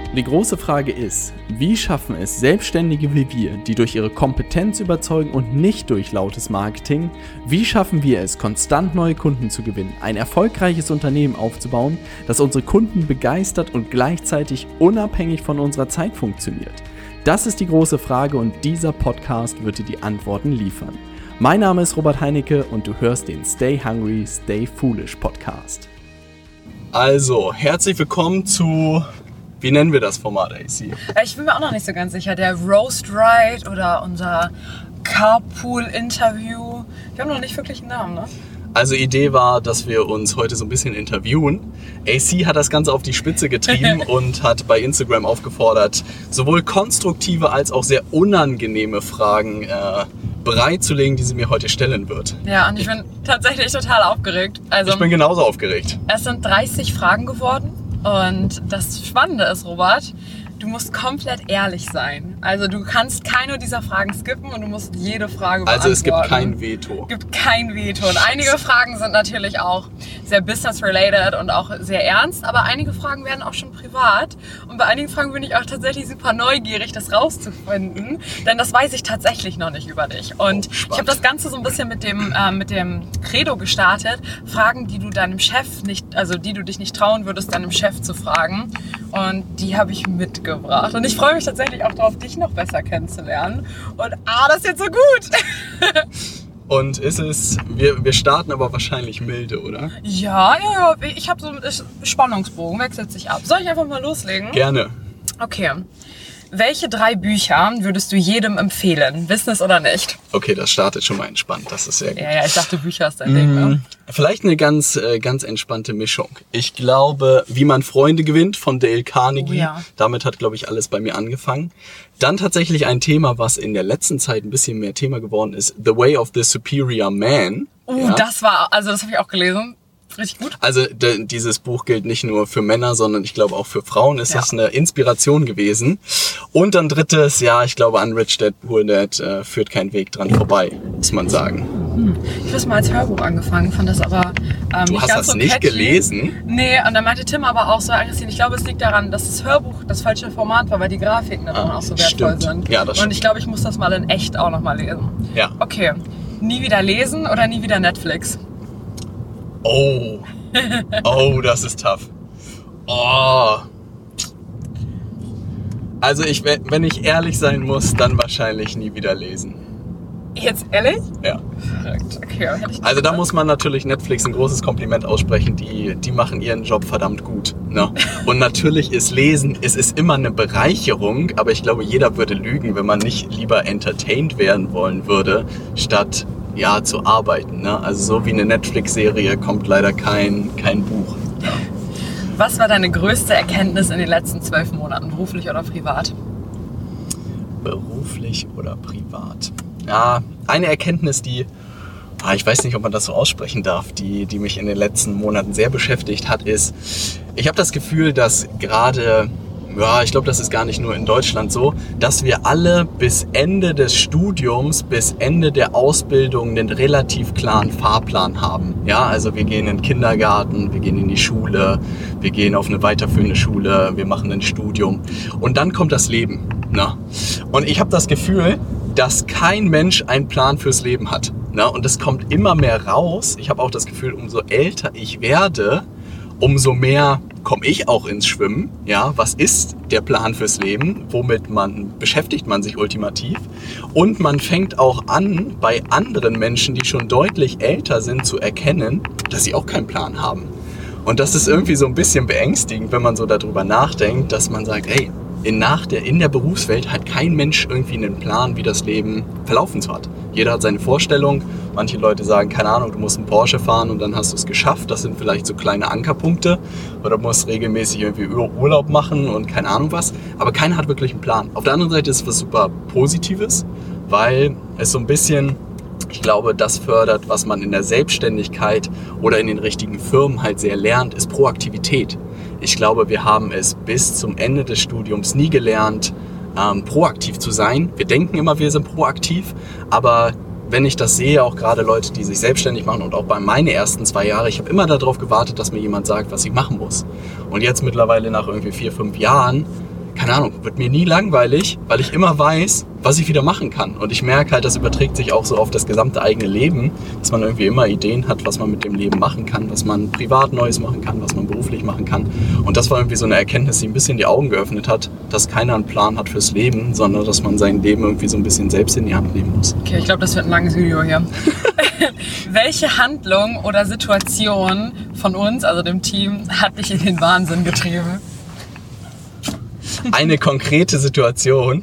Die große Frage ist, wie schaffen es Selbstständige wie wir, die durch ihre Kompetenz überzeugen und nicht durch lautes Marketing? Wie schaffen wir es, konstant neue Kunden zu gewinnen, ein erfolgreiches Unternehmen aufzubauen, das unsere Kunden begeistert und gleichzeitig unabhängig von unserer Zeit funktioniert? Das ist die große Frage und dieser Podcast wird dir die Antworten liefern. Mein Name ist Robert Heinecke und du hörst den Stay Hungry, Stay Foolish Podcast. Also, herzlich willkommen zu... Wie nennen wir das Format, AC? Ich bin mir auch noch nicht so ganz sicher. Der Roast Ride oder unser Carpool-Interview. Wir haben noch nicht wirklich einen Namen, ne? Also Idee war, dass wir uns heute so ein bisschen interviewen. AC hat das Ganze auf die Spitze getrieben und hat bei Instagram aufgefordert, sowohl konstruktive als auch sehr unangenehme Fragen bereitzulegen, die sie mir heute stellen wird. Ja, und ich bin tatsächlich total aufgeregt. Also, ich bin genauso aufgeregt. Es sind 30 Fragen geworden. Und das Spannende ist, Robert, du musst komplett ehrlich sein. Also du kannst keine dieser Fragen skippen und du musst jede Frage beantworten. Also es gibt kein Veto. Es gibt kein Veto. Und einige Fragen sind natürlich auch sehr business-related und auch sehr ernst, aber einige Fragen werden auch schon privat. Und bei einigen Fragen bin ich auch tatsächlich super neugierig, das rauszufinden, denn das weiß ich tatsächlich noch nicht über dich. Und ich habe das Ganze so ein bisschen mit dem Credo gestartet, Fragen, die du deinem Chef nicht, also die du dich nicht trauen würdest, deinem Chef zu fragen. Und die habe ich mitgebracht. Und ich freue mich tatsächlich auch darauf, dich noch besser kennenzulernen. Und das ist jetzt so gut. Und wir starten aber wahrscheinlich milde, oder? Ja. Ich habe so einen Spannungsbogen, wechselt sich ab. Soll ich einfach mal loslegen? Gerne. Okay. Welche 3 Bücher würdest du jedem empfehlen? Wissen es oder nicht? Okay, das startet schon mal entspannt. Das ist sehr gut. Ja, ich dachte, Bücher ist dein Ding, ne? Vielleicht eine ganz entspannte Mischung. Ich glaube, Wie man Freunde gewinnt von Dale Carnegie. Oh, ja. Damit hat, glaube ich, alles bei mir angefangen. Dann tatsächlich ein Thema, was in der letzten Zeit ein bisschen mehr Thema geworden ist. The Way of the Superior Man. Ja. Das habe ich auch gelesen. Richtig gut. Also dieses Buch gilt nicht nur für Männer, sondern ich glaube auch für Frauen ist das eine Inspiration gewesen. Und dann drittes, ich glaube an Rich Dad Poor Dad führt kein Weg dran vorbei, muss man sagen. Ich habe das mal als Hörbuch angefangen, fand das aber Du nicht hast ganz das so nicht catchy. Gelesen? Nee, und dann meinte Tim aber auch so aggressiv, ich glaube, es liegt daran, dass das Hörbuch das falsche Format war, weil die Grafiken darin auch so wertvoll sind. Ja, das stimmt. Und ich glaube, ich muss das mal in echt auch nochmal lesen. Ja. Okay, nie wieder lesen oder nie wieder Netflix? Oh, das ist tough. Oh. Also wenn ich ehrlich sein muss, dann wahrscheinlich nie wieder lesen. Jetzt ehrlich? Ja. Verrückt. Okay, hätte ich nicht Also da gedacht. muss man natürlich Netflix ein großes Kompliment aussprechen. Die machen ihren Job verdammt gut. Ne? Und natürlich ist Lesen, es ist immer eine Bereicherung, aber ich glaube, jeder würde lügen, wenn man nicht lieber entertained werden wollen würde, statt zu arbeiten. Ne? Also so wie eine Netflix-Serie kommt leider kein Buch. Ja. Was war deine größte Erkenntnis in den letzten 12 Monaten, beruflich oder privat? Beruflich oder privat? Ja, eine Erkenntnis, die, ich weiß nicht, ob man das so aussprechen darf, die mich in den letzten Monaten sehr beschäftigt hat, ist, ich habe das Gefühl, dass gerade, ich glaube, das ist gar nicht nur in Deutschland so, dass wir alle bis Ende des Studiums, bis Ende der Ausbildung einen relativ klaren Fahrplan haben. Ja, also wir gehen in den Kindergarten, wir gehen in die Schule, wir gehen auf eine weiterführende Schule, wir machen ein Studium und dann kommt das Leben. Ne? Und ich habe das Gefühl, dass kein Mensch einen Plan fürs Leben hat. Ne? Und das kommt immer mehr raus. Ich habe auch das Gefühl, umso älter ich werde, umso mehr komme ich auch ins Schwimmen. Ja, was ist der Plan fürs Leben? Womit beschäftigt man sich ultimativ? Und man fängt auch an, bei anderen Menschen, die schon deutlich älter sind, zu erkennen, dass sie auch keinen Plan haben. Und das ist irgendwie so ein bisschen beängstigend, wenn man so darüber nachdenkt, dass man sagt, hey, in der Berufswelt hat kein Mensch irgendwie einen Plan, wie das Leben verlaufen hat. Jeder hat seine Vorstellung. Manche Leute sagen, keine Ahnung, du musst einen Porsche fahren und dann hast du es geschafft. Das sind vielleicht so kleine Ankerpunkte. Oder du musst regelmäßig irgendwie Urlaub machen und keine Ahnung was. Aber keiner hat wirklich einen Plan. Auf der anderen Seite ist es was super Positives, weil es so ein bisschen, ich glaube, das fördert, was man in der Selbstständigkeit oder in den richtigen Firmen halt sehr lernt, ist Proaktivität. Ich glaube, wir haben es bis zum Ende des Studiums nie gelernt, proaktiv zu sein. Wir denken immer, wir sind proaktiv, aber wenn ich das sehe, auch gerade Leute, die sich selbstständig machen und auch bei meinen ersten 2 Jahre, ich habe immer darauf gewartet, dass mir jemand sagt, was ich machen muss. Und jetzt mittlerweile nach irgendwie 4, 5 Jahren keine Ahnung, wird mir nie langweilig, weil ich immer weiß, was ich wieder machen kann. Und ich merke halt, das überträgt sich auch so auf das gesamte eigene Leben, dass man irgendwie immer Ideen hat, was man mit dem Leben machen kann, was man privat Neues machen kann, was man beruflich machen kann. Und das war irgendwie so eine Erkenntnis, die ein bisschen die Augen geöffnet hat, dass keiner einen Plan hat fürs Leben, sondern dass man sein Leben irgendwie so ein bisschen selbst in die Hand nehmen muss. Okay, ich glaube, das wird ein langes Video hier. Welche Handlung oder Situation von uns, also dem Team, hat dich in den Wahnsinn getrieben? Eine konkrete Situation.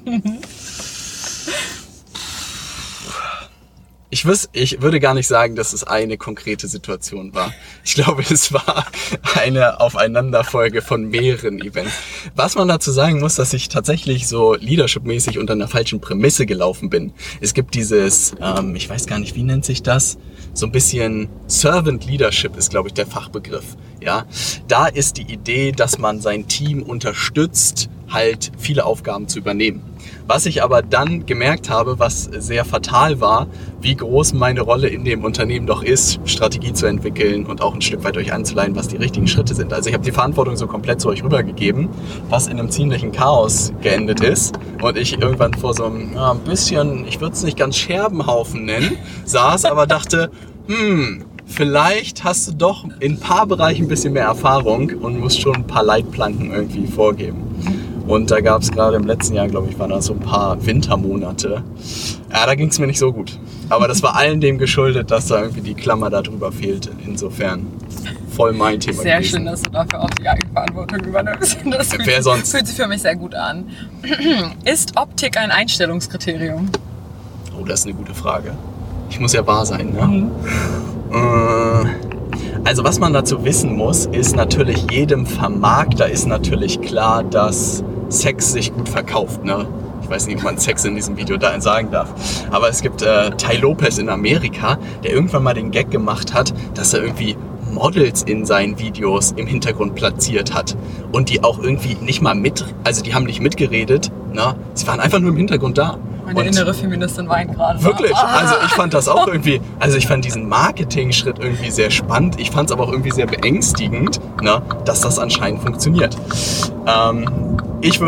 Ich würde gar nicht sagen, dass es eine konkrete Situation war. Ich glaube, es war eine Aufeinanderfolge von mehreren Events. Was man dazu sagen muss, dass ich tatsächlich so leadership-mäßig unter einer falschen Prämisse gelaufen bin. Es gibt dieses, ich weiß gar nicht, wie nennt sich das? So ein bisschen Servant Leadership ist, glaube ich, der Fachbegriff. Ja, da ist die Idee, dass man sein Team unterstützt, halt viele Aufgaben zu übernehmen. Was ich aber dann gemerkt habe, was sehr fatal war, wie groß meine Rolle in dem Unternehmen doch ist, Strategie zu entwickeln und auch ein Stück weit euch anzuleiten, was die richtigen Schritte sind. Also ich habe die Verantwortung so komplett zu euch rübergegeben, was in einem ziemlichen Chaos geendet ist und ich irgendwann vor so einem ein bisschen, ich würde es nicht ganz Scherbenhaufen nennen, saß, aber dachte, vielleicht hast du doch in ein paar Bereichen ein bisschen mehr Erfahrung und musst schon ein paar Leitplanken irgendwie vorgeben. Und da gab es gerade im letzten Jahr, glaube ich, waren da so ein paar Wintermonate. Ja, da ging es mir nicht so gut. Aber das war allen dem geschuldet, dass da irgendwie die Klammer da drüber fehlte. Insofern voll mein Thema Sehr gewesen. schön, dass du dafür auch die Eigenverantwortung übernimmst. Das Wer sonst? Fühlt sich für mich sehr gut an. Ist Optik ein Einstellungskriterium? Oh, das ist eine gute Frage. Ich muss ja wahr sein, ne? Also was man dazu wissen muss, ist natürlich, jedem Vermarkter ist natürlich klar, dass Sex sich gut verkauft, ne? Ich weiß nicht, ob man Sex in diesem Video da sagen darf. Aber es gibt Tai Lopez in Amerika, der irgendwann mal den Gag gemacht hat, dass er irgendwie Models in seinen Videos im Hintergrund platziert hat. Und die auch irgendwie nicht mal also die haben nicht mitgeredet, ne? Sie waren einfach nur im Hintergrund da. Meine innere Feministin weint gerade. Wirklich? Also ich fand das auch irgendwie, ich fand diesen Marketing-Schritt irgendwie sehr spannend. Ich fand es aber auch irgendwie sehr beängstigend, ne, dass das anscheinend funktioniert. Ich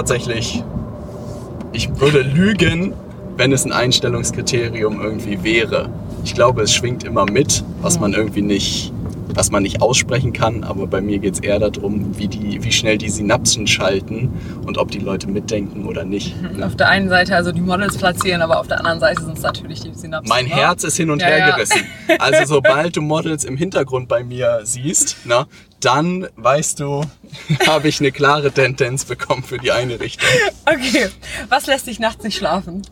würde lügen, wenn es ein Einstellungskriterium irgendwie wäre. Ich glaube, es schwingt immer mit, was man nicht aussprechen kann, aber bei mir geht es eher darum, wie schnell die Synapsen schalten und ob die Leute mitdenken oder nicht. Auf der einen Seite also die Models platzieren, aber auf der anderen Seite sind es natürlich die Synapsen. Mein Herz ist hin und her gerissen. Also sobald du Models im Hintergrund bei mir siehst, na, dann weißt du, habe ich eine klare Tendenz bekommen für die eine Richtung. Okay, was lässt dich nachts nicht schlafen?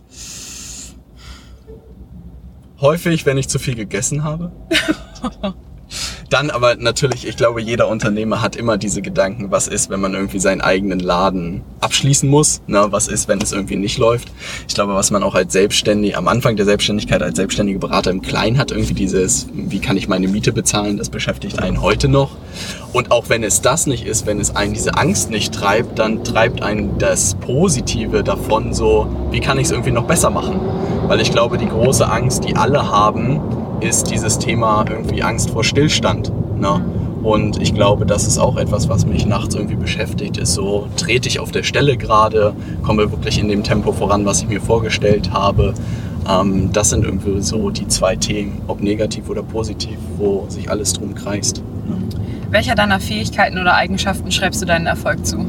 Häufig, wenn ich zu viel gegessen habe. Dann aber natürlich, ich glaube, jeder Unternehmer hat immer diese Gedanken, was ist, wenn man irgendwie seinen eigenen Laden abschließen muss, ne? Was ist, wenn es irgendwie nicht läuft. Ich glaube, was man auch als Selbstständig, am Anfang der Selbstständigkeit als selbstständige Berater im Kleinen hat, irgendwie dieses, wie kann ich meine Miete bezahlen, das beschäftigt einen heute noch. Und auch wenn es das nicht ist, wenn es einen diese Angst nicht treibt, dann treibt einen das Positive davon so, wie kann ich es irgendwie noch besser machen? Weil ich glaube, die große Angst, die alle haben, ist dieses Thema irgendwie Angst vor Stillstand. Ne? Und ich glaube, das ist auch etwas, was mich nachts irgendwie beschäftigt, ist so, trete ich auf der Stelle gerade, komme wirklich in dem Tempo voran, was ich mir vorgestellt habe. Das sind irgendwie so die zwei Themen, ob negativ oder positiv, wo sich alles drum kreist. Ne? Welcher deiner Fähigkeiten oder Eigenschaften schreibst du deinen Erfolg zu?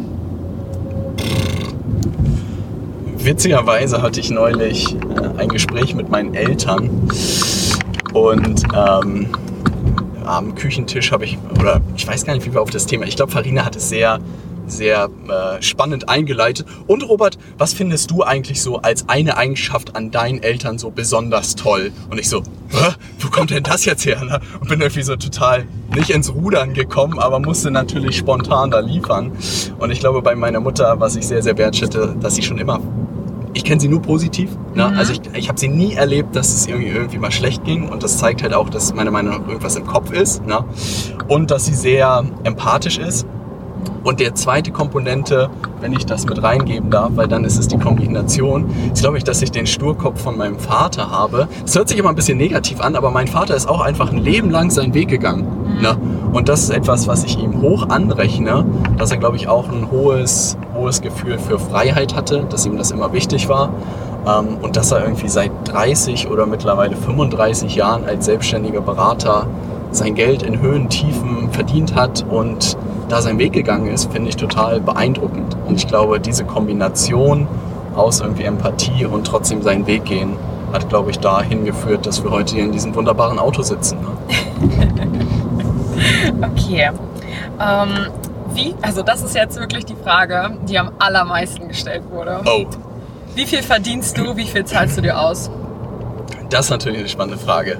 Witzigerweise hatte ich neulich ein Gespräch mit meinen Eltern. Und am Küchentisch ich weiß gar nicht, wie wir auf das Thema, ich glaube, Farina hat es sehr, sehr spannend eingeleitet. Und Robert, was findest du eigentlich so als eine Eigenschaft an deinen Eltern so besonders toll? Und ich so, wo kommt denn das jetzt her? Ne? Und bin irgendwie so total nicht ins Rudern gekommen, aber musste natürlich spontan da liefern. Und ich glaube, bei meiner Mutter, was ich sehr, sehr wertschätze, dass sie schon immer, ich kenne sie nur positiv, ne? Also ich habe sie nie erlebt, dass es irgendwie mal schlecht ging und das zeigt halt auch, dass meiner Meinung nach irgendwas im Kopf ist, ne? Und dass sie sehr empathisch ist. Und der zweite Komponente, wenn ich das mit reingeben darf, weil dann ist es die Kombination, ist, glaube ich, dass ich den Sturkopf von meinem Vater habe. Das hört sich immer ein bisschen negativ an, aber mein Vater ist auch einfach ein Leben lang seinen Weg gegangen. Ne? Und das ist etwas, was ich ihm hoch anrechne, dass er, glaube ich, auch ein hohes hohes Gefühl für Freiheit hatte, dass ihm das immer wichtig war. Und dass er irgendwie seit 30 oder mittlerweile 35 Jahren als selbstständiger Berater sein Geld in Höhen, Tiefen verdient hat und da seinen Weg gegangen ist, finde ich total beeindruckend. Und ich glaube, diese Kombination aus irgendwie Empathie und trotzdem seinen Weg gehen, hat, glaube ich, dahin geführt, dass wir heute hier in diesem wunderbaren Auto sitzen. Ne? Okay. Also das ist jetzt wirklich die Frage, die am allermeisten gestellt wurde. Oh. Wie viel verdienst du, wie viel zahlst du dir aus? Das ist natürlich eine spannende Frage.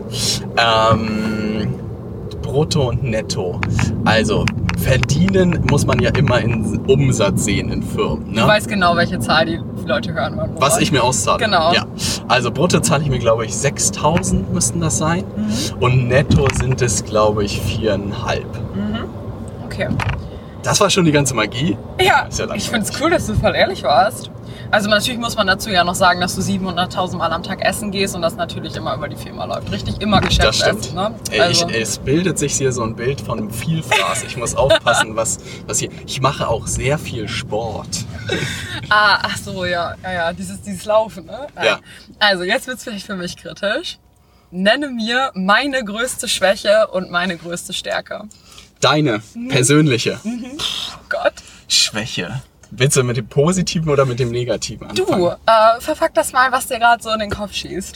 Brutto und Netto. Also verdienen muss man ja immer in Umsatz sehen in Firmen. Ne? Du weißt genau, welche Zahl die Leute hören wollen. Was ich mir auszahle. Genau. Ja. Also brutto zahle ich mir, glaube ich, 6.000 müssten das sein. Und netto sind es, glaube ich, 4,5. Okay. Das war schon die ganze Magie. Ja, Ist ja ich finde es cool, dass du voll ehrlich warst. Also natürlich muss man dazu ja noch sagen, dass du 700.000 Mal am Tag essen gehst und das natürlich immer über die Firma läuft. Richtig, immer Geschäftsessen. Das stimmt. Ne? Also. Es bildet sich hier so ein Bild von einem Vielfraß. Ich muss aufpassen, was hier... Ich mache auch sehr viel Sport. Ach so, ja. Dieses Laufen, ne? Ja. Also jetzt wird es vielleicht für mich kritisch. Nenne mir meine größte Schwäche und meine größte Stärke. Deine persönliche Oh Gott. Schwäche. Willst du mit dem Positiven oder mit dem Negativen anfangen? Du, verfuck das mal, was dir gerade so in den Kopf schießt.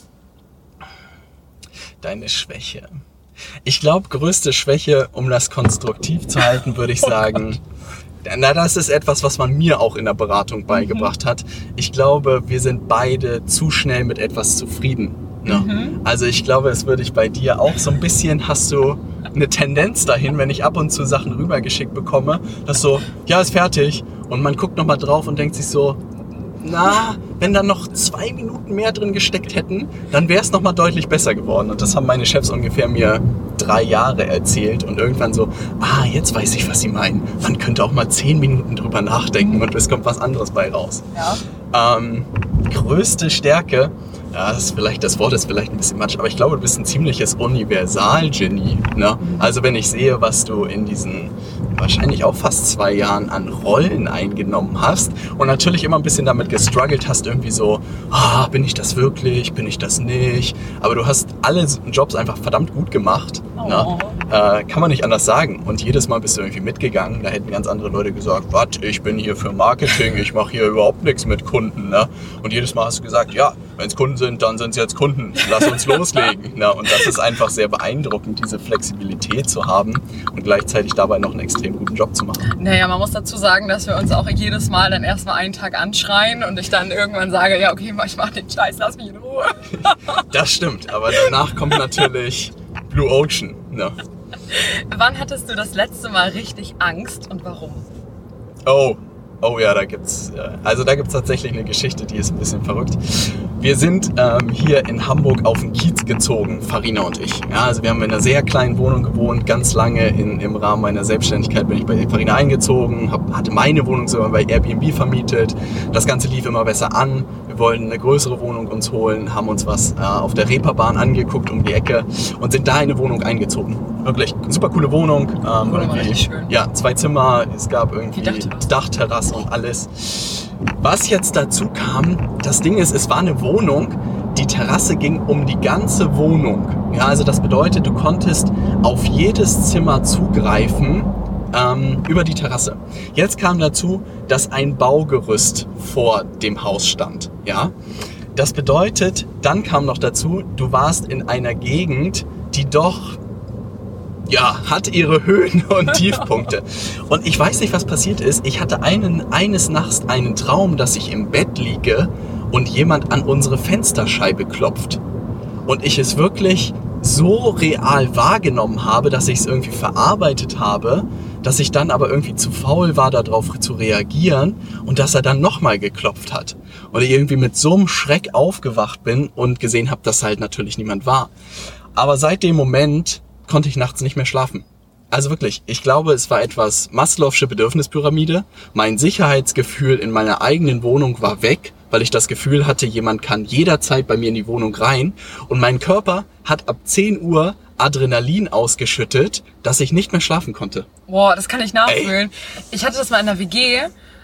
Deine Schwäche. Ich glaube, größte Schwäche, um das konstruktiv zu halten, würde ich sagen... Na, das ist etwas, was man mir auch in der Beratung beigebracht hat. Ich glaube, wir sind beide zu schnell mit etwas zufrieden. Ne? Also ich glaube, es würde ich bei dir auch so ein bisschen, hast du eine Tendenz dahin, wenn ich ab und zu Sachen rübergeschickt bekomme, dass so, ja, ist fertig. Und man guckt nochmal drauf und denkt sich so, na, wenn da noch 2 Minuten mehr drin gesteckt hätten, dann wäre es nochmal deutlich besser geworden. Und das haben meine Chefs ungefähr mir 3 Jahre erzählt. Und irgendwann so, jetzt weiß ich, was sie meinen. Man könnte auch mal 10 Minuten drüber nachdenken und es kommt was anderes bei raus. Ja. Größte Stärke, das Wort ist vielleicht ein bisschen matsch, aber ich glaube, du bist ein ziemliches Universalgenie. Ne? Also wenn ich sehe, was du in diesen wahrscheinlich auch fast 2 Jahren an Rollen eingenommen hast und natürlich immer ein bisschen damit gestruggelt hast, irgendwie so, bin ich das wirklich, bin ich das nicht? Aber du hast alle Jobs einfach verdammt gut gemacht. Oh. Ne? Kann man nicht anders sagen. Und jedes Mal bist du irgendwie mitgegangen. Da hätten ganz andere Leute gesagt, was, ich bin hier für Marketing, ich mache hier überhaupt nichts mit Kunden. Ne? Und jedes Mal hast du gesagt, ja, wenn es Kunden sind, dann sind es jetzt Kunden. Lass uns loslegen. Ne? Und das ist einfach sehr beeindruckend, diese Flexibilität zu haben und gleichzeitig dabei noch einen extrem guten Job zu machen. Naja, man muss dazu sagen, dass wir uns auch jedes Mal dann erstmal einen Tag anschreien und ich dann irgendwann sage, ja okay, ich mach den Scheiß, lass mich in Ruhe. Das stimmt, aber danach kommt natürlich Blue Ocean. Ne? Wann hattest du das letzte Mal richtig Angst und warum? Oh ja, da gibt's tatsächlich eine Geschichte, die ist ein bisschen verrückt. Wir sind hier in Hamburg auf den Kiez gezogen, Farina und ich. Ja, also wir haben in einer sehr kleinen Wohnung gewohnt, ganz lange im Rahmen meiner Selbstständigkeit bin ich bei Farina eingezogen, hatte meine Wohnung sogar bei Airbnb vermietet. Das Ganze lief immer besser an. Wir wollten eine größere Wohnung uns holen, haben uns was auf der Reeperbahn angeguckt um die Ecke und sind da in eine Wohnung eingezogen. Wirklich super coole Wohnung. Richtig schön. Ja, 2 Zimmer, es gab irgendwie Dachterrasse und alles. Was jetzt dazu kam, das Ding ist, es war eine Wohnung, die Terrasse ging um die ganze Wohnung. Ja, also das bedeutet, du konntest auf jedes Zimmer zugreifen über die Terrasse. Jetzt kam dazu, dass ein Baugerüst vor dem Haus stand. Ja? Das bedeutet, dann kam noch dazu, du warst in einer Gegend, die doch hat ihre Höhen und Tiefpunkte. Und ich weiß nicht, was passiert ist. Ich hatte eines Nachts einen Traum, dass ich im Bett liege und jemand an unsere Fensterscheibe klopft. Und ich es wirklich so real wahrgenommen habe, dass ich es irgendwie verarbeitet habe, dass ich dann aber irgendwie zu faul war, darauf zu reagieren und dass er dann nochmal geklopft hat. Und ich irgendwie mit so einem Schreck aufgewacht bin und gesehen habe, dass halt natürlich niemand war. Aber seit dem Moment konnte ich nachts nicht mehr schlafen. Also wirklich, ich glaube, es war etwas Maslow'sche Bedürfnispyramide. Mein Sicherheitsgefühl in meiner eigenen Wohnung war weg, weil ich das Gefühl hatte, jemand kann jederzeit bei mir in die Wohnung rein. Und mein Körper hat ab 10 Uhr Adrenalin ausgeschüttet, dass ich nicht mehr schlafen konnte. Boah, das kann ich nachfühlen. Ich hatte das mal in der WG.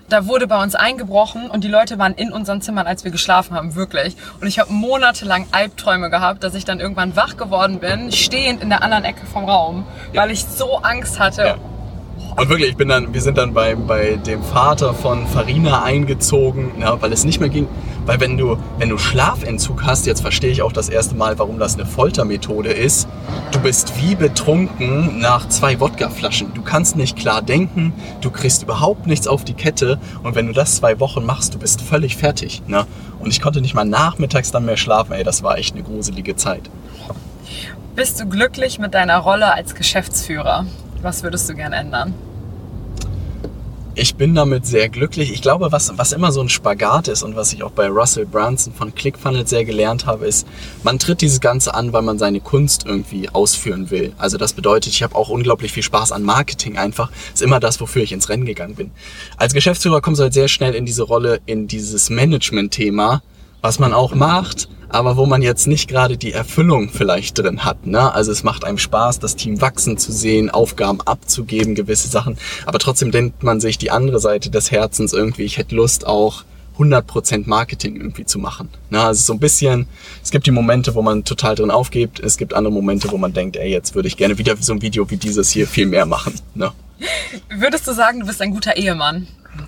da wurde bei uns eingebrochen und die Leute waren in unseren Zimmern, als wir geschlafen haben, wirklich. Und ich habe monatelang Albträume gehabt, dass ich dann irgendwann wach geworden bin, stehend in der anderen Ecke vom Raum, weil ich so Angst hatte. Ja. Und wirklich, wir sind dann bei dem Vater von Farina eingezogen, ja, weil es nicht mehr ging. Weil wenn du Schlafentzug hast, jetzt verstehe ich auch das erste Mal, warum das eine Foltermethode ist. Du bist wie betrunken nach 2 Wodkaflaschen. Du kannst nicht klar denken, du kriegst überhaupt nichts auf die Kette. Und wenn du das 2 Wochen machst, du bist völlig fertig. Ne? Und ich konnte nicht mal nachmittags dann mehr schlafen. Ey, das war echt eine gruselige Zeit. Bist du glücklich mit deiner Rolle als Geschäftsführer? Was würdest du gern ändern? Ich bin damit sehr glücklich. Ich glaube, was immer so ein Spagat ist und was ich auch bei Russell Brunson von ClickFunnels sehr gelernt habe, ist, man tritt dieses Ganze an, weil man seine Kunst irgendwie ausführen will. Also das bedeutet, ich habe auch unglaublich viel Spaß an Marketing einfach. Ist immer das, wofür ich ins Rennen gegangen bin. Als Geschäftsführer kommst du halt sehr schnell in diese Rolle, in dieses Management-Thema, was man auch macht, aber wo man jetzt nicht gerade die Erfüllung vielleicht drin hat. Ne? Also es macht einem Spaß, das Team wachsen zu sehen, Aufgaben abzugeben, gewisse Sachen. Aber trotzdem denkt man sich die andere Seite des Herzens irgendwie, ich hätte Lust auch 100% Marketing irgendwie zu machen. Ne? Also so ein bisschen, es gibt die Momente, wo man total drin aufgibt. Es gibt andere Momente, wo man denkt, ey, jetzt würde ich gerne wieder so ein Video wie dieses hier viel mehr machen. Ne? Würdest du sagen, du bist ein guter Ehemann?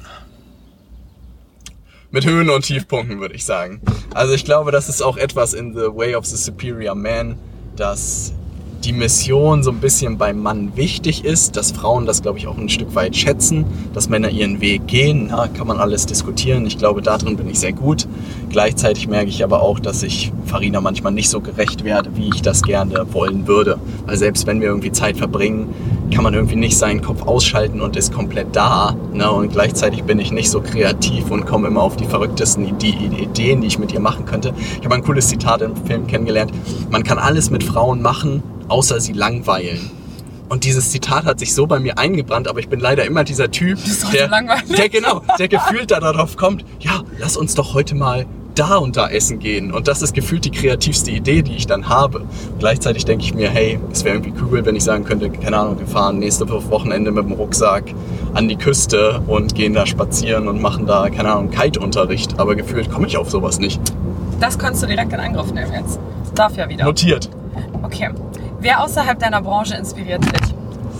Mit Höhen und Tiefpunkten, würde ich sagen. Also ich glaube, das ist auch etwas in The Way of the Superior Man, dass die Mission so ein bisschen beim Mann wichtig ist, dass Frauen das, glaube ich, auch ein Stück weit schätzen, dass Männer ihren Weg gehen. Ja, kann man alles diskutieren. Ich glaube, darin bin ich sehr gut. Gleichzeitig merke ich aber auch, dass ich Farina manchmal nicht so gerecht werde, wie ich das gerne wollen würde. Weil selbst wenn wir irgendwie Zeit verbringen, kann man irgendwie nicht seinen Kopf ausschalten und ist komplett da. Ne? Und gleichzeitig bin ich nicht so kreativ und komme immer auf die verrücktesten Ideen, die ich mit ihr machen könnte. Ich habe ein cooles Zitat im Film kennengelernt. Man kann alles mit Frauen machen, außer sie langweilen. Und dieses Zitat hat sich so bei mir eingebrannt, aber ich bin leider immer dieser Typ, der gefühlt da darauf kommt, ja, lass uns doch heute mal da und da essen gehen. Und das ist gefühlt die kreativste Idee, die ich dann habe. Und gleichzeitig denke ich mir, hey, es wäre irgendwie cool, wenn ich sagen könnte, keine Ahnung, wir fahren nächste Wochenende mit dem Rucksack an die Küste und gehen da spazieren und machen da, keine Ahnung, Kite-Unterricht. Aber gefühlt komme ich auf sowas nicht. Das kannst du direkt in Angriff nehmen jetzt. Das darf ja wieder. Notiert. Okay. Wer außerhalb deiner Branche inspiriert dich?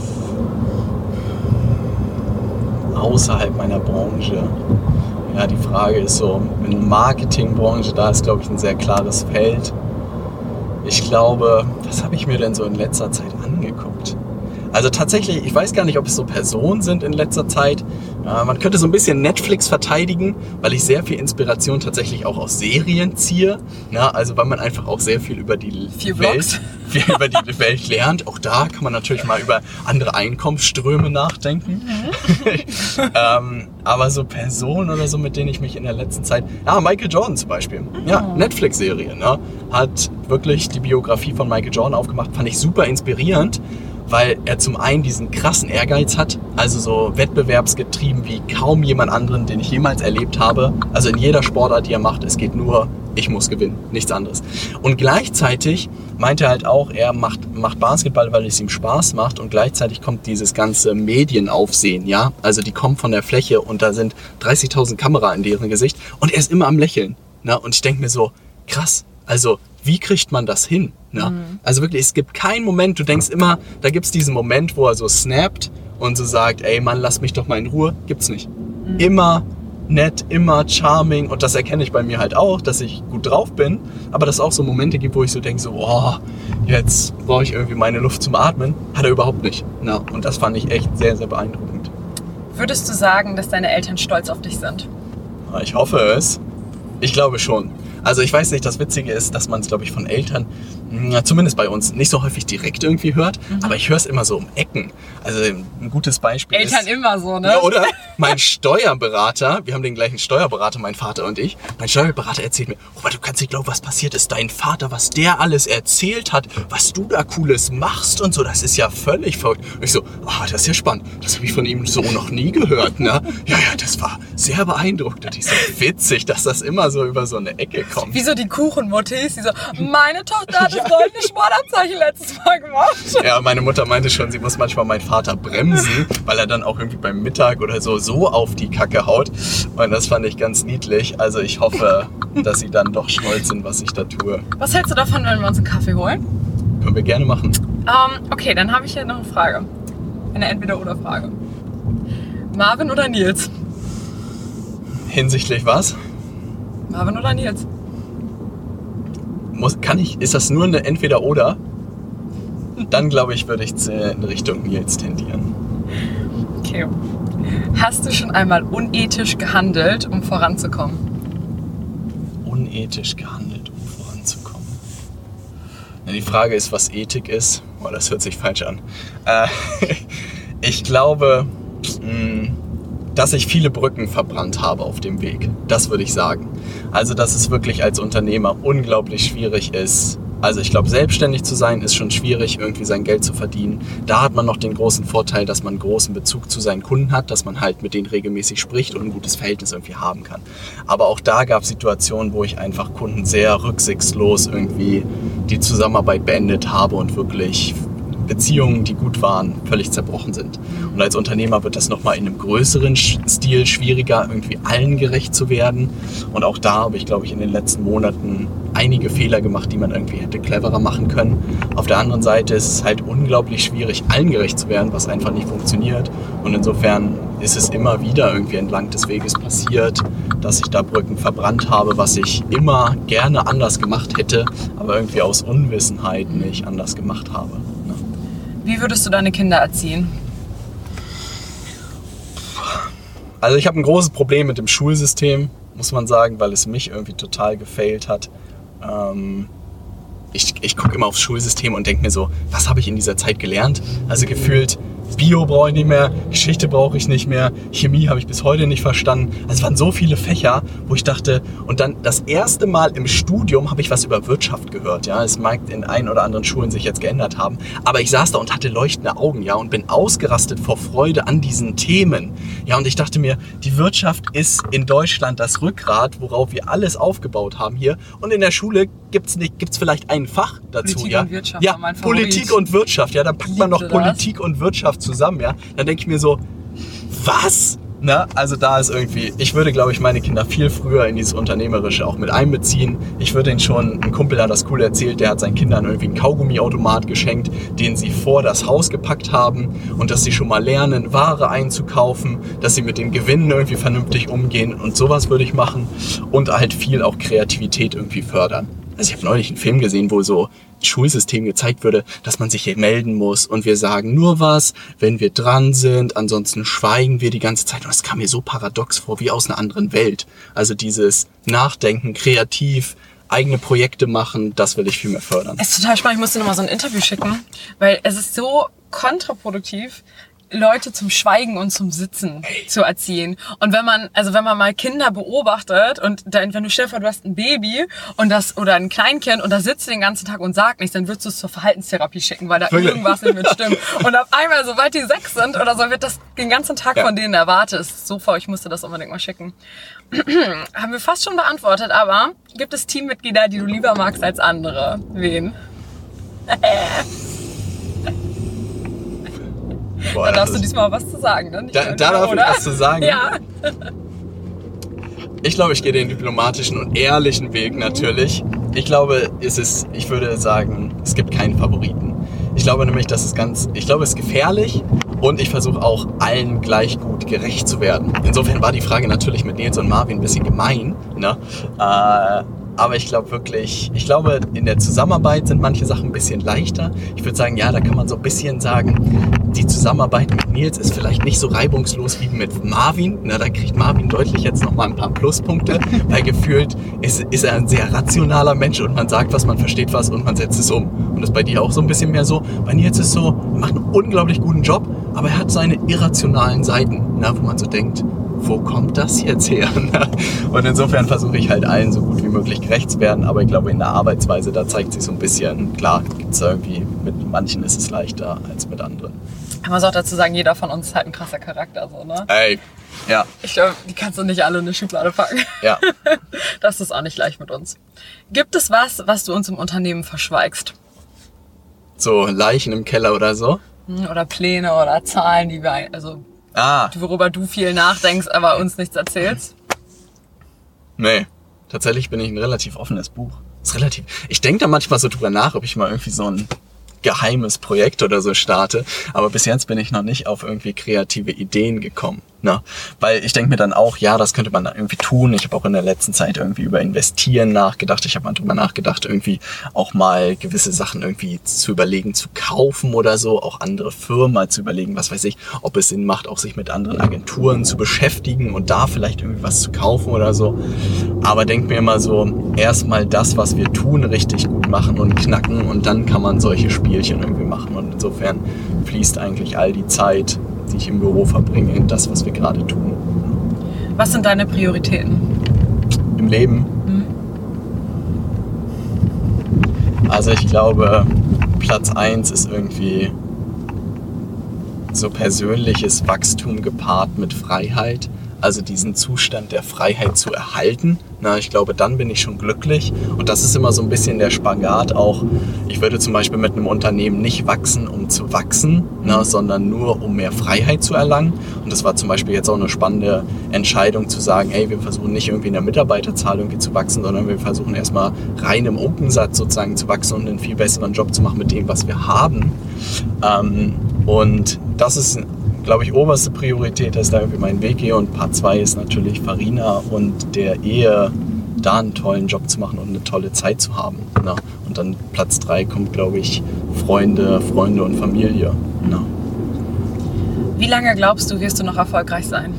Außerhalb meiner Branche? Ja, die Frage ist so, in der Marketingbranche, da ist, glaube ich, ein sehr klares Feld. Ich glaube, was habe ich mir denn so in letzter Zeit angeguckt? Also tatsächlich, ich weiß gar nicht, ob es so Personen sind in letzter Zeit. Man könnte so ein bisschen Netflix verteidigen, weil ich sehr viel Inspiration tatsächlich auch aus Serien ziehe. Also weil man einfach auch sehr viel über die Welt lernt. Auch da kann man natürlich mal über andere Einkommensströme nachdenken. Aber so Personen oder so, mit denen ich mich in der letzten Zeit... Ja, Michael Jordan zum Beispiel. Ja, Netflix-Serie. Hat wirklich die Biografie von Michael Jordan aufgemacht. Fand ich super inspirierend, weil er zum einen diesen krassen Ehrgeiz hat, also so wettbewerbsgetrieben wie kaum jemand anderen, den ich jemals erlebt habe. Also in jeder Sportart, die er macht, es geht nur, ich muss gewinnen, nichts anderes. Und gleichzeitig meint er halt auch, er macht Basketball, weil es ihm Spaß macht, und gleichzeitig kommt dieses ganze Medienaufsehen, ja. Also die kommen von der Fläche und da sind 30.000 Kamera in deren Gesicht und er ist immer am Lächeln. Und ich denke mir so, krass, also wie kriegt man das hin? Also wirklich, es gibt keinen Moment, du denkst immer, da gibt es diesen Moment, wo er so snappt und so sagt, ey Mann, lass mich doch mal in Ruhe. Gibt's nicht. Immer nett, immer charming, und das erkenne ich bei mir halt auch, dass ich gut drauf bin, aber dass es auch so Momente gibt, wo ich so denke, so, oh, jetzt brauche ich irgendwie meine Luft zum Atmen. Hat er überhaupt nicht. Und das fand ich echt sehr, sehr beeindruckend. Würdest du sagen, dass deine Eltern stolz auf dich sind? Ich hoffe es. Ich glaube schon. Also ich weiß nicht, das Witzige ist, dass man es, glaube ich, von Eltern, zumindest bei uns, nicht so häufig direkt irgendwie hört, aber ich höre es immer so um Ecken. Also ein gutes Beispiel Eltern ist... immer so, ne? Ja, oder? Mein Steuerberater, wir haben den gleichen Steuerberater, mein Vater und ich. Mein Steuerberater erzählt mir, Robert, du kannst nicht glauben, was passiert ist. Dein Vater, was der alles erzählt hat, was du da Cooles machst und so, das ist ja völlig verrückt. Und ich so, das ist ja spannend. Das habe ich von ihm so noch nie gehört, ne? Ja, das war sehr beeindruckend. Und ich so, witzig, dass das immer so über so eine Ecke kommt. Wie so die Kuchenmuttis, die so, meine Tochter hat es goldene Sportabzeichen letztes Mal gemacht. Ja, meine Mutter meinte schon, sie muss manchmal meinen Vater bremsen, weil er dann auch irgendwie beim Mittag oder so auf die Kacke haut. Und das fand ich ganz niedlich. Also ich hoffe, dass sie dann doch stolz sind, was ich da tue. Was hältst du davon, wenn wir uns einen Kaffee holen? Können wir gerne machen. Okay, dann habe ich hier noch eine Frage. Eine Entweder-oder-Frage. Marvin oder Nils? Hinsichtlich was? Marvin oder Nils? Ist das nur eine Entweder-Oder? Dann glaube ich, würde ich in Richtung Nils tendieren. Okay. Hast du schon einmal unethisch gehandelt, um voranzukommen? Unethisch gehandelt, um voranzukommen. Ja, die Frage ist, was Ethik ist. Oh, das hört sich falsch an. Ich glaube, dass ich viele Brücken verbrannt habe auf dem Weg. Das würde ich sagen. Also, dass es wirklich als Unternehmer unglaublich schwierig ist. Also ich glaube, selbstständig zu sein ist schon schwierig, irgendwie sein Geld zu verdienen. Da hat man noch den großen Vorteil, dass man einen großen Bezug zu seinen Kunden hat, dass man halt mit denen regelmäßig spricht und ein gutes Verhältnis irgendwie haben kann. Aber auch da gab es Situationen, wo ich einfach Kunden sehr rücksichtslos irgendwie die Zusammenarbeit beendet habe und wirklich Beziehungen, die gut waren, völlig zerbrochen sind. Und als Unternehmer wird das nochmal in einem größeren Stil schwieriger, irgendwie allen gerecht zu werden. Und auch da habe ich, glaube ich, in den letzten Monaten einige Fehler gemacht, die man irgendwie hätte cleverer machen können. Auf der anderen Seite ist es halt unglaublich schwierig, allen gerecht zu werden, was einfach nicht funktioniert. Und insofern ist es immer wieder irgendwie entlang des Weges passiert, dass ich da Brücken verbrannt habe, was ich immer gerne anders gemacht hätte, aber irgendwie aus Unwissenheit nicht anders gemacht habe. Wie würdest du deine Kinder erziehen? Also ich habe ein großes Problem mit dem Schulsystem, muss man sagen, weil es mich irgendwie total gefailt hat. Ich gucke immer aufs Schulsystem und denke mir so, was habe ich in dieser Zeit gelernt? Also gefühlt, Bio brauche ich nicht mehr, Geschichte brauche ich nicht mehr, Chemie habe ich bis heute nicht verstanden. Also es waren so viele Fächer, wo ich dachte, und dann das erste Mal im Studium habe ich was über Wirtschaft gehört. Ja, es mag in ein oder anderen Schulen sich jetzt geändert haben, aber ich saß da und hatte leuchtende Augen, ja, und bin ausgerastet vor Freude an diesen Themen. Ja, und ich dachte mir, die Wirtschaft ist in Deutschland das Rückgrat, worauf wir alles aufgebaut haben hier. Und in der Schule gibt's vielleicht ein Fach dazu, Politik ja. Und Wirtschaft ja, war mein Favorit. Politik und Wirtschaft, ja, dann packt man noch Liebte das. Politik und Wirtschaft zusammen, ja. Dann denke ich mir so, was? Na, also da ist irgendwie, ich würde, glaube ich, meine Kinder viel früher in dieses Unternehmerische auch mit einbeziehen. Ich würde ihnen schon, ein Kumpel hat das cool erzählt, der hat seinen Kindern irgendwie einen Kaugummiautomat geschenkt, den sie vor das Haus gepackt haben und dass sie schon mal lernen, Ware einzukaufen, dass sie mit den Gewinnen irgendwie vernünftig umgehen und sowas würde ich machen und halt viel auch Kreativität irgendwie fördern. Also ich habe neulich einen Film gesehen, wo so ein Schulsystem gezeigt würde, dass man sich hier melden muss und wir sagen nur was, wenn wir dran sind, ansonsten schweigen wir die ganze Zeit. Und das kam mir so paradox vor, wie aus einer anderen Welt. Also dieses Nachdenken, kreativ, eigene Projekte machen, das will ich viel mehr fördern. Es ist total spannend, ich musste nochmal so ein Interview schicken, weil es ist so kontraproduktiv, Leute zum Schweigen und zum Sitzen zu erziehen. Und wenn man mal Kinder beobachtet und dann, wenn du stell dir vor, du hast ein Baby oder ein Kleinkind und das sitzt den ganzen Tag und sagt nichts, dann würdest du es zur Verhaltenstherapie schicken, weil da irgendwas nicht mit stimmt. Und auf einmal, sobald die 6 sind oder so, wird das den ganzen Tag von denen erwartet. Das ist so voll, ich musste das unbedingt mal schicken. Haben wir fast schon beantwortet, aber gibt es Teammitglieder, die du lieber magst als andere? Wen? Boah, Da darfst du diesmal was zu sagen, ne? Da darf ich was zu sagen? Ja. Ich glaube, ich gehe den diplomatischen und ehrlichen Weg natürlich. Ich glaube, ich würde sagen, es gibt keinen Favoriten. Ich glaube nämlich, es ist gefährlich und ich versuche auch allen gleich gut gerecht zu werden. Insofern war die Frage natürlich mit Nils und Marvin ein bisschen gemein, ne? Aber ich glaube, in der Zusammenarbeit sind manche Sachen ein bisschen leichter. Ich würde sagen, ja, da kann man so ein bisschen sagen, die Zusammenarbeit mit Nils ist vielleicht nicht so reibungslos wie mit Marvin. Na, da kriegt Marvin deutlich jetzt nochmal ein paar Pluspunkte, weil gefühlt ist er ein sehr rationaler Mensch und man sagt was, man versteht was und man setzt es um. Und das ist bei dir auch so ein bisschen mehr so. Bei Nils ist es so, er macht einen unglaublich guten Job, aber er hat seine irrationalen Seiten, wo man so denkt, wo kommt das jetzt her? Und insofern versuche ich halt allen so gut wie möglich gerecht zu werden, aber ich glaube in der Arbeitsweise, da zeigt sich so ein bisschen, klar, gibt's irgendwie, mit manchen ist es leichter als mit anderen. Man muss auch dazu sagen, jeder von uns ist halt ein krasser Charakter, so, ne? Ey, ja. Ich glaube, die kannst du nicht alle in eine Schublade packen. Ja. Das ist auch nicht leicht mit uns. Gibt es was du uns im Unternehmen verschweigst? So Leichen im Keller oder so? Oder Pläne oder Zahlen, worüber du viel nachdenkst, aber uns nichts erzählst? Nee, tatsächlich bin ich ein relativ offenes Buch. Ich denke da manchmal so drüber nach, ob ich mal irgendwie so ein geheimes Projekt oder so starte, aber bis jetzt bin ich noch nicht auf irgendwie kreative Ideen gekommen. Ne? Weil ich denke mir dann auch, ja, das könnte man da irgendwie tun. Ich habe auch in der letzten Zeit irgendwie über Investieren nachgedacht. Ich habe mal drüber nachgedacht, irgendwie auch mal gewisse Sachen irgendwie zu überlegen, zu kaufen oder so. Auch andere Firmen mal zu überlegen, was weiß ich, ob es Sinn macht, auch sich mit anderen Agenturen zu beschäftigen und da vielleicht irgendwie was zu kaufen oder so. Aber denk mir immer so, erstmal das, was wir tun, richtig gut machen und knacken und dann kann man solche Spielchen irgendwie machen. Und insofern fließt eigentlich all die Zeit, die ich im Büro verbringe, in das, was wir gerade tun. Was sind deine Prioritäten? Im Leben? Also ich glaube, Platz 1 ist irgendwie so persönliches Wachstum gepaart mit Freiheit. Also diesen Zustand der Freiheit zu erhalten. Na, ich glaube, dann bin ich schon glücklich. Und das ist immer so ein bisschen der Spagat auch. Ich würde zum Beispiel mit einem Unternehmen nicht wachsen, um zu wachsen, sondern nur, um mehr Freiheit zu erlangen. Und das war zum Beispiel jetzt auch eine spannende Entscheidung zu sagen, ey, wir versuchen nicht irgendwie in der Mitarbeiterzahl irgendwie zu wachsen, sondern wir versuchen erstmal rein im Umsatz sozusagen zu wachsen und einen viel besseren Job zu machen mit dem, was wir haben. Und das ist, glaube ich, oberste Priorität, dass ich da irgendwie meinen Weg gehe. Und Part 2 ist natürlich Farina und der Ehe, da einen tollen Job zu machen und eine tolle Zeit zu haben. Na. Und dann Platz 3 kommt, glaube ich, Freunde und Familie. Na. Wie lange glaubst du, wirst du noch erfolgreich sein?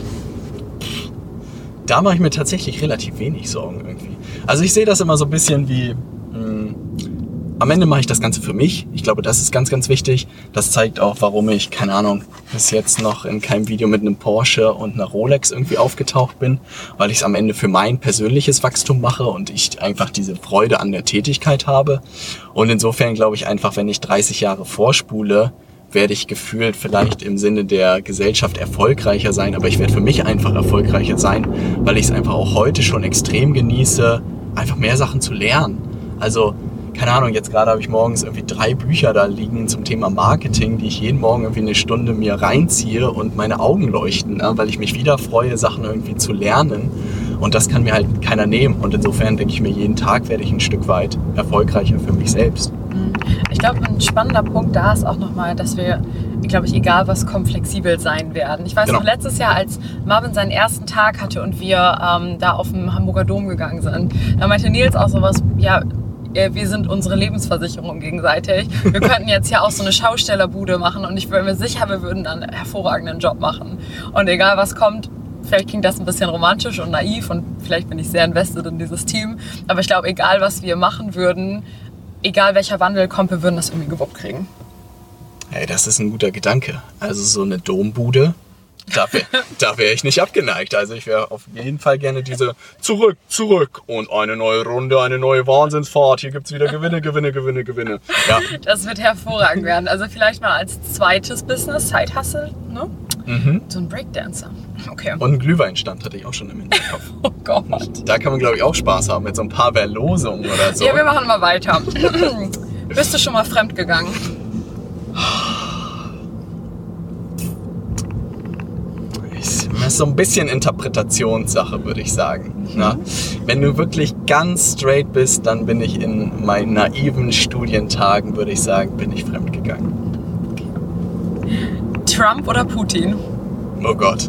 Da mache ich mir tatsächlich relativ wenig Sorgen irgendwie. Also ich sehe das immer so ein bisschen wie, am Ende mache ich das Ganze für mich. Ich glaube, das ist ganz, ganz wichtig. Das zeigt auch, warum ich, keine Ahnung, bis jetzt noch in keinem Video mit einem Porsche und einer Rolex irgendwie aufgetaucht bin, weil ich es am Ende für mein persönliches Wachstum mache und ich einfach diese Freude an der Tätigkeit habe. Und insofern glaube ich einfach, wenn ich 30 Jahre vorspule, werde ich gefühlt vielleicht im Sinne der Gesellschaft erfolgreicher sein, aber ich werde für mich einfach erfolgreicher sein, weil ich es einfach auch heute schon extrem genieße, einfach mehr Sachen zu lernen. Also keine Ahnung, jetzt gerade habe ich morgens irgendwie 3 Bücher da liegen zum Thema Marketing, die ich jeden Morgen irgendwie eine Stunde mir reinziehe und meine Augen leuchten, weil ich mich wieder freue, Sachen irgendwie zu lernen. Und das kann mir halt keiner nehmen. Und insofern denke ich mir, jeden Tag werde ich ein Stück weit erfolgreicher für mich selbst. Ich glaube, ein spannender Punkt da ist auch nochmal, dass wir, glaube ich, egal was kommt, flexibel sein werden. Ich weiß noch, letztes Jahr, als Marvin seinen ersten Tag hatte und wir da auf dem Hamburger Dom gegangen sind, da meinte Nils auch sowas, ja, wir sind unsere Lebensversicherung gegenseitig. Wir könnten jetzt ja auch so eine Schaustellerbude machen und ich bin mir sicher, wir würden dann einen hervorragenden Job machen. Und egal was kommt, vielleicht klingt das ein bisschen romantisch und naiv und vielleicht bin ich sehr invested in dieses Team, aber ich glaube, egal was wir machen würden, egal welcher Wandel kommt, wir würden das irgendwie gewuppt kriegen. Hey, das ist ein guter Gedanke. Also so eine Dombude, da wäre ich nicht abgeneigt. Also ich wäre auf jeden Fall gerne diese zurück und eine neue Runde, eine neue Wahnsinnsfahrt. Hier gibt es wieder Gewinne. Ja. Das wird hervorragend werden. Also vielleicht mal als zweites Business, Side-Hustle, ne? So ein Breakdancer. Okay. Und einen Glühweinstand hatte ich auch schon im Hinterkopf. Oh Gott. Da kann man, glaube ich, auch Spaß haben mit so ein paar Verlosungen oder so. Ja, wir machen mal weiter. Bist du schon mal fremdgegangen? Das ist so ein bisschen Interpretationssache, würde ich sagen. Na? Wenn du wirklich ganz straight bist, dann bin ich in meinen naiven Studientagen, würde ich sagen, bin ich fremdgegangen. Trump oder Putin? Oh Gott.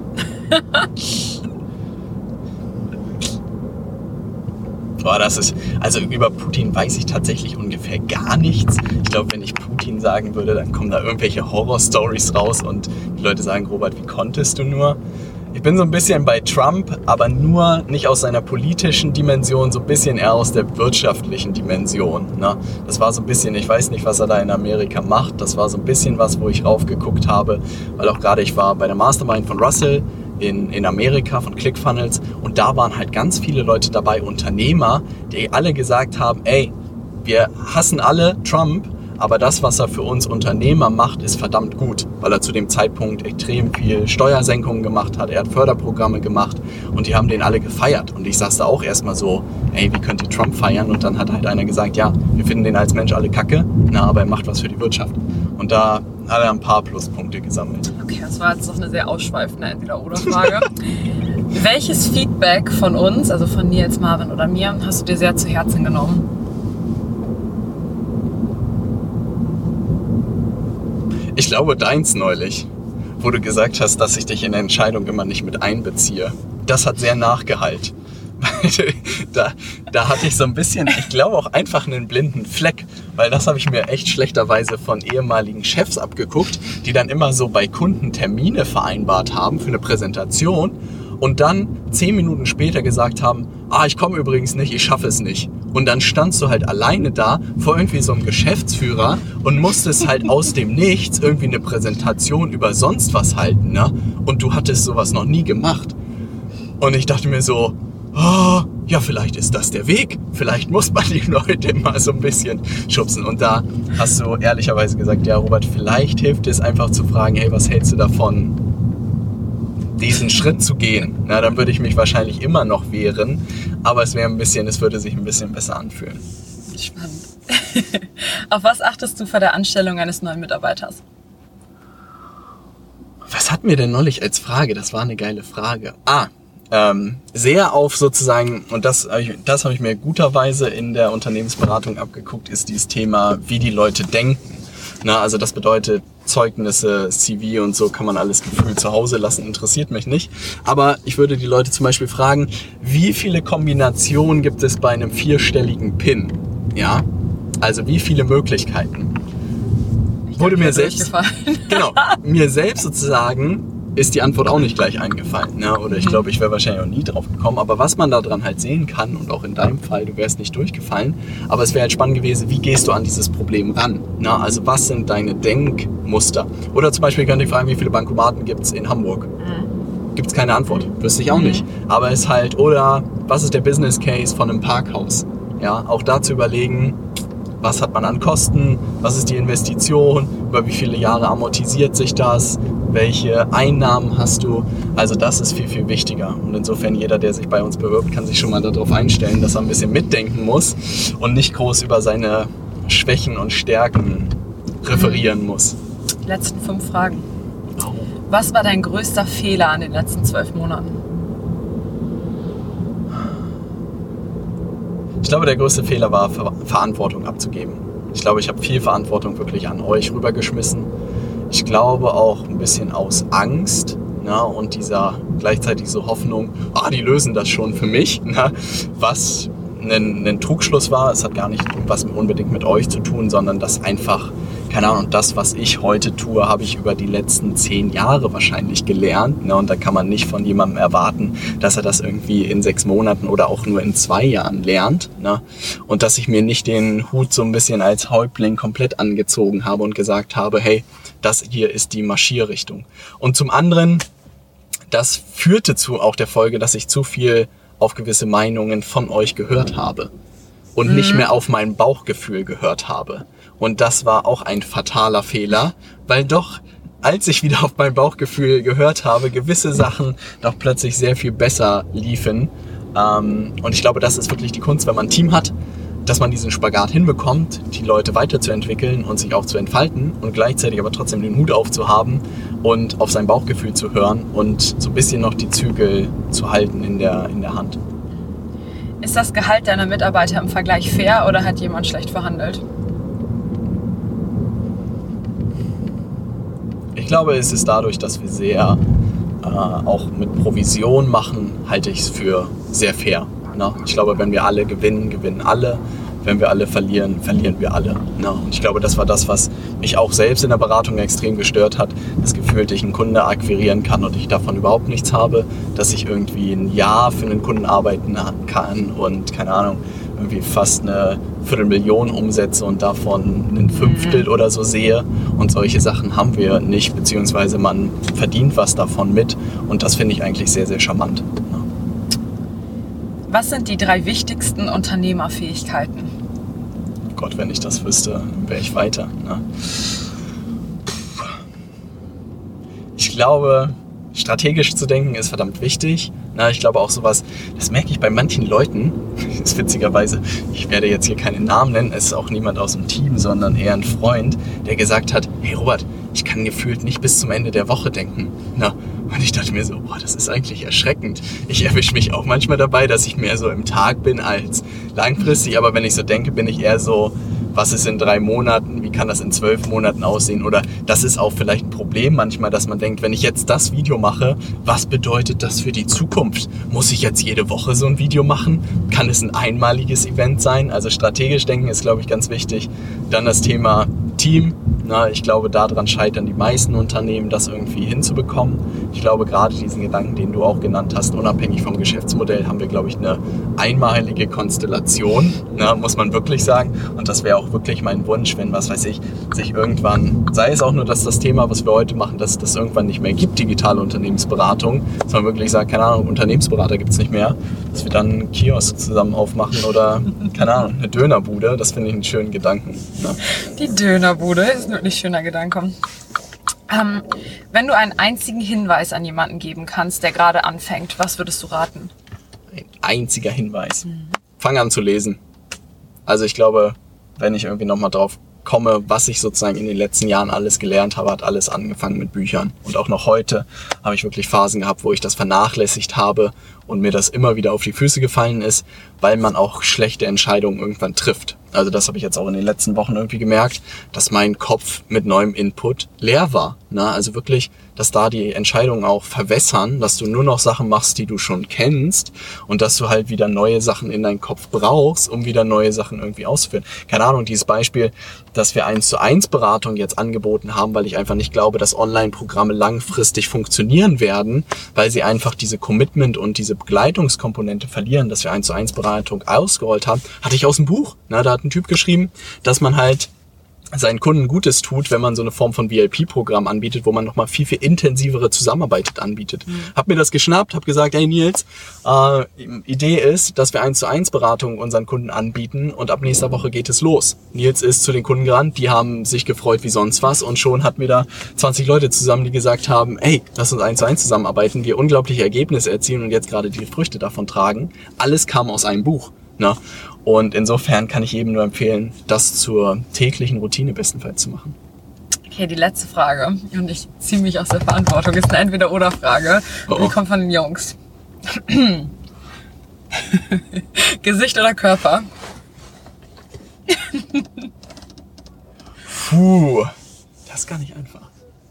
Boah, also über Putin weiß ich tatsächlich ungefähr gar nichts. Ich glaube, wenn ich Putin sagen würde, dann kommen da irgendwelche Horror-Stories raus und die Leute sagen, Robert, wie konntest du nur? Ich bin so ein bisschen bei Trump, aber nur nicht aus seiner politischen Dimension, so ein bisschen eher aus der wirtschaftlichen Dimension. Ne? Das war so ein bisschen, ich weiß nicht, was er da in Amerika macht, das war so ein bisschen was, wo ich raufgeguckt habe, weil auch gerade ich war bei der Mastermind von Russell in Amerika von ClickFunnels und da waren halt ganz viele Leute dabei, Unternehmer, die alle gesagt haben, ey, wir hassen alle Trump, aber das, was er für uns Unternehmer macht, ist verdammt gut, weil er zu dem Zeitpunkt extrem viel Steuersenkungen gemacht hat, er hat Förderprogramme gemacht und die haben den alle gefeiert. Und ich saß da auch erstmal so, ey, wie könnt ihr Trump feiern? Und dann hat halt einer gesagt, ja, wir finden den als Mensch alle kacke, aber er macht was für die Wirtschaft. Und da hat er ein paar Pluspunkte gesammelt. Okay, das war jetzt noch eine sehr ausschweifende Entweder-oder-Frage. Welches Feedback von uns, also von Nils, Marvin oder mir, hast du dir sehr zu Herzen genommen? Ich glaube, deins neulich, wo du gesagt hast, dass ich dich in der Entscheidung immer nicht mit einbeziehe. Das hat sehr nachgehallt. Da hatte ich so ein bisschen, ich glaube auch einfach einen blinden Fleck, weil das habe ich mir echt schlechterweise von ehemaligen Chefs abgeguckt, die dann immer so bei Kunden Termine vereinbart haben für eine Präsentation und dann 10 Minuten später gesagt haben, ich komme übrigens nicht, ich schaffe es nicht. Und dann standst du halt alleine da vor irgendwie so einem Geschäftsführer und musstest halt aus dem Nichts irgendwie eine Präsentation über sonst was halten, ne? Und du hattest sowas noch nie gemacht. Und ich dachte mir so, ja, vielleicht ist das der Weg. Vielleicht muss man die Leute mal so ein bisschen schubsen. Und da hast du ehrlicherweise gesagt, ja, Robert, vielleicht hilft es einfach zu fragen, hey, was hältst du davon, diesen Schritt zu gehen? Na, dann würde ich mich wahrscheinlich immer noch wehren, aber es würde sich ein bisschen besser anfühlen. Spannend. Auf was achtest du vor der Anstellung eines neuen Mitarbeiters? Was hatten wir denn neulich als Frage? Das war eine geile Frage. Sehr auf sozusagen, und das habe ich mir guterweise in der Unternehmensberatung abgeguckt, ist dieses Thema, wie die Leute denken. Na, also das bedeutet Zeugnisse, CV und so kann man alles gefühlt zu Hause lassen, interessiert mich nicht. Aber ich würde die Leute zum Beispiel fragen, wie viele Kombinationen gibt es bei einem 4-stelligen PIN? Ja, also wie viele Möglichkeiten? Wurde mir selbst, mir selbst sozusagen ist die Antwort auch nicht gleich eingefallen. Ne? Oder ich glaube, ich wäre wahrscheinlich auch nie drauf gekommen. Aber was man daran halt sehen kann, und auch in deinem Fall, du wärst nicht durchgefallen, aber es wäre halt spannend gewesen, wie gehst du an dieses Problem ran? Ne? Also was sind deine Denkmuster? Oder zum Beispiel könnte ich fragen, wie viele Bankomaten gibt es in Hamburg? Gibt es keine Antwort. Wüsste ich auch nicht. Aber es ist halt, oder was ist der Business Case von einem Parkhaus? Ja, auch da zu überlegen, was hat man an Kosten, was ist die Investition, über wie viele Jahre amortisiert sich das, welche Einnahmen hast du. Also das ist viel, viel wichtiger. Und insofern jeder, der sich bei uns bewirbt, kann sich schon mal darauf einstellen, dass er ein bisschen mitdenken muss und nicht groß über seine Schwächen und Stärken referieren muss. Letzten 5 Fragen. Was war dein größter Fehler in den letzten 12 Monaten? Ich glaube, der größte Fehler war, Verantwortung abzugeben. Ich glaube, ich habe viel Verantwortung wirklich an euch rübergeschmissen. Ich glaube auch ein bisschen aus Angst, und dieser gleichzeitig so Hoffnung, die lösen das schon für mich, was ein Trugschluss war. Es hat gar nicht was unbedingt mit euch zu tun, sondern das einfach, keine Ahnung, das, was ich heute tue, habe ich über die letzten 10 Jahre wahrscheinlich gelernt. Und da kann man nicht von jemandem erwarten, dass er das irgendwie in 6 Monaten oder auch nur in 2 Jahren lernt. Und dass ich mir nicht den Hut so ein bisschen als Häuptling komplett angezogen habe und gesagt habe, hey, das hier ist die Marschierrichtung. Und zum anderen, das führte zu auch der Folge, dass ich zu viel auf gewisse Meinungen von euch gehört habe und nicht mehr auf mein Bauchgefühl gehört habe. Und das war auch ein fataler Fehler, weil doch, als ich wieder auf mein Bauchgefühl gehört habe, gewisse Sachen doch plötzlich sehr viel besser liefen. Und ich glaube, das ist wirklich die Kunst, wenn man ein Team hat, dass man diesen Spagat hinbekommt, die Leute weiterzuentwickeln und sich auch zu entfalten und gleichzeitig aber trotzdem den Hut aufzuhaben und auf sein Bauchgefühl zu hören und so ein bisschen noch die Zügel zu halten in der Hand. Ist das Gehalt deiner Mitarbeiter im Vergleich fair oder hat jemand schlecht verhandelt? Ich glaube, es ist dadurch, dass wir sehr auch mit Provision machen, halte ich es für sehr fair. Ich glaube, wenn wir alle gewinnen, gewinnen alle. Wenn wir alle verlieren, verlieren wir alle. Und ich glaube, das war das, was mich auch selbst in der Beratung extrem gestört hat. Das Gefühl, dass ich einen Kunde akquirieren kann und ich davon überhaupt nichts habe. Dass ich irgendwie ein Jahr für einen Kunden arbeiten kann und, keine Ahnung, irgendwie fast eine Viertelmillion umsetze und davon ein Fünftel oder so sehe. Und solche Sachen haben wir nicht, beziehungsweise man verdient was davon mit. Und das finde ich eigentlich sehr, sehr charmant. Ja. Was sind die 3 wichtigsten Unternehmerfähigkeiten? Gott, wenn ich das wüsste, wäre ich weiter. Ne? Ich glaube, strategisch zu denken ist verdammt wichtig. Na, ich glaube auch sowas, das merke ich bei manchen Leuten, das ist witzigerweise, ich werde jetzt hier keinen Namen nennen, es ist auch niemand aus dem Team, sondern eher ein Freund, der gesagt hat, hey Robert, ich kann gefühlt nicht bis zum Ende der Woche denken. Na, und ich dachte mir so, boah, das ist eigentlich erschreckend. Ich erwische mich auch manchmal dabei, dass ich mehr so im Tag bin als langfristig, aber wenn ich so denke, bin ich eher so, was ist in 3 Monaten, wie kann das in 12 Monaten aussehen? Oder das ist auch vielleicht ein Problem manchmal, dass man denkt, wenn ich jetzt das Video mache, was bedeutet das für die Zukunft? Muss ich jetzt jede Woche so ein Video machen? Kann es ein einmaliges Event sein? Also strategisch denken ist, glaube ich, ganz wichtig. Dann das Thema Team. Na, ich glaube, daran scheitern die meisten Unternehmen, das irgendwie hinzubekommen. Ich glaube, gerade diesen Gedanken, den du auch genannt hast, unabhängig vom Geschäftsmodell, haben wir, glaube ich, eine einmalige Konstellation, na, muss man wirklich sagen. Und das wäre auch wirklich mein Wunsch, wenn, was weiß ich, sich irgendwann, sei es auch nur, dass das Thema, was wir heute machen, dass das irgendwann nicht mehr gibt, digitale Unternehmensberatung, dass man wirklich sagt, keine Ahnung, Unternehmensberater gibt es nicht mehr, dass wir dann einen Kiosk zusammen aufmachen oder, keine Ahnung, eine Dönerbude. Das finde ich einen schönen Gedanken. Na. Die Dönerbude ist wirklich ein schöner Gedanke. Wenn du einen einzigen Hinweis an jemanden geben kannst, der gerade anfängt, was würdest du raten? Ein einziger Hinweis. Fang an zu lesen. Also ich glaube, wenn ich irgendwie nochmal drauf komme, was ich sozusagen in den letzten Jahren alles gelernt habe, hat alles angefangen mit Büchern. Und auch noch heute habe ich wirklich Phasen gehabt, wo ich das vernachlässigt habe und mir das immer wieder auf die Füße gefallen ist, weil man auch schlechte Entscheidungen irgendwann trifft. Also das habe ich jetzt auch in den letzten Wochen irgendwie gemerkt, dass mein Kopf mit neuem Input leer war. Na, also wirklich, dass da die Entscheidungen auch verwässern, dass du nur noch Sachen machst, die du schon kennst und dass du halt wieder neue Sachen in deinen Kopf brauchst, um wieder neue Sachen irgendwie auszuführen. Keine Ahnung, dieses Beispiel, dass wir 1:1 Beratung jetzt angeboten haben, weil ich einfach nicht glaube, dass Online-Programme langfristig funktionieren werden, weil sie einfach diese Commitment und diese Begleitungskomponente verlieren, dass wir 1:1 Beratung ausgerollt haben, hatte ich aus dem Buch. Na, da hat ein Typ geschrieben, dass man halt seinen Kunden Gutes tut, wenn man so eine Form von VIP-Programm anbietet, wo man nochmal viel, viel intensivere Zusammenarbeit anbietet. Hab mir das geschnappt, hab gesagt, hey Nils, Idee ist, dass wir 1:1 Beratungen unseren Kunden anbieten und ab nächster Woche geht es los. Nils ist zu den Kunden gerannt, die haben sich gefreut wie sonst was und schon hatten wir da 20 Leute zusammen, die gesagt haben, hey, lass uns 1:1 zusammenarbeiten, wir unglaubliche Ergebnisse erzielen und jetzt gerade die Früchte davon tragen. Alles kam aus einem Buch. Ne? Und insofern kann ich jedem nur empfehlen, das zur täglichen Routine bestenfalls zu machen. Okay, die letzte Frage. Und ich ziehe mich aus der Verantwortung. Ist eine Entweder-Oder-Frage. Oh. Die kommt von den Jungs. Gesicht oder Körper? Puh, das ist gar nicht einfach.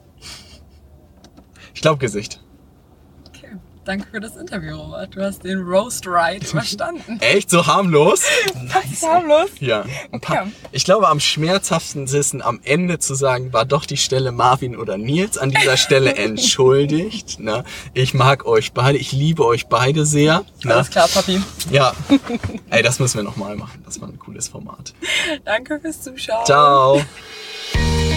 Ich glaube Gesicht. Danke für das Interview, Robert. Du hast den Roast Right verstanden. Echt? So harmlos? Das ist harmlos? Ja. Okay. Ich glaube, am schmerzhaftesten ist am Ende zu sagen, war doch die Stelle Marvin oder Nils. An dieser Stelle entschuldigt. Ne? Ich mag euch beide. Ich liebe euch beide sehr. Ne? Alles klar, Papi. Ja. Ey, das müssen wir nochmal machen. Das war ein cooles Format. Danke fürs Zuschauen. Ciao.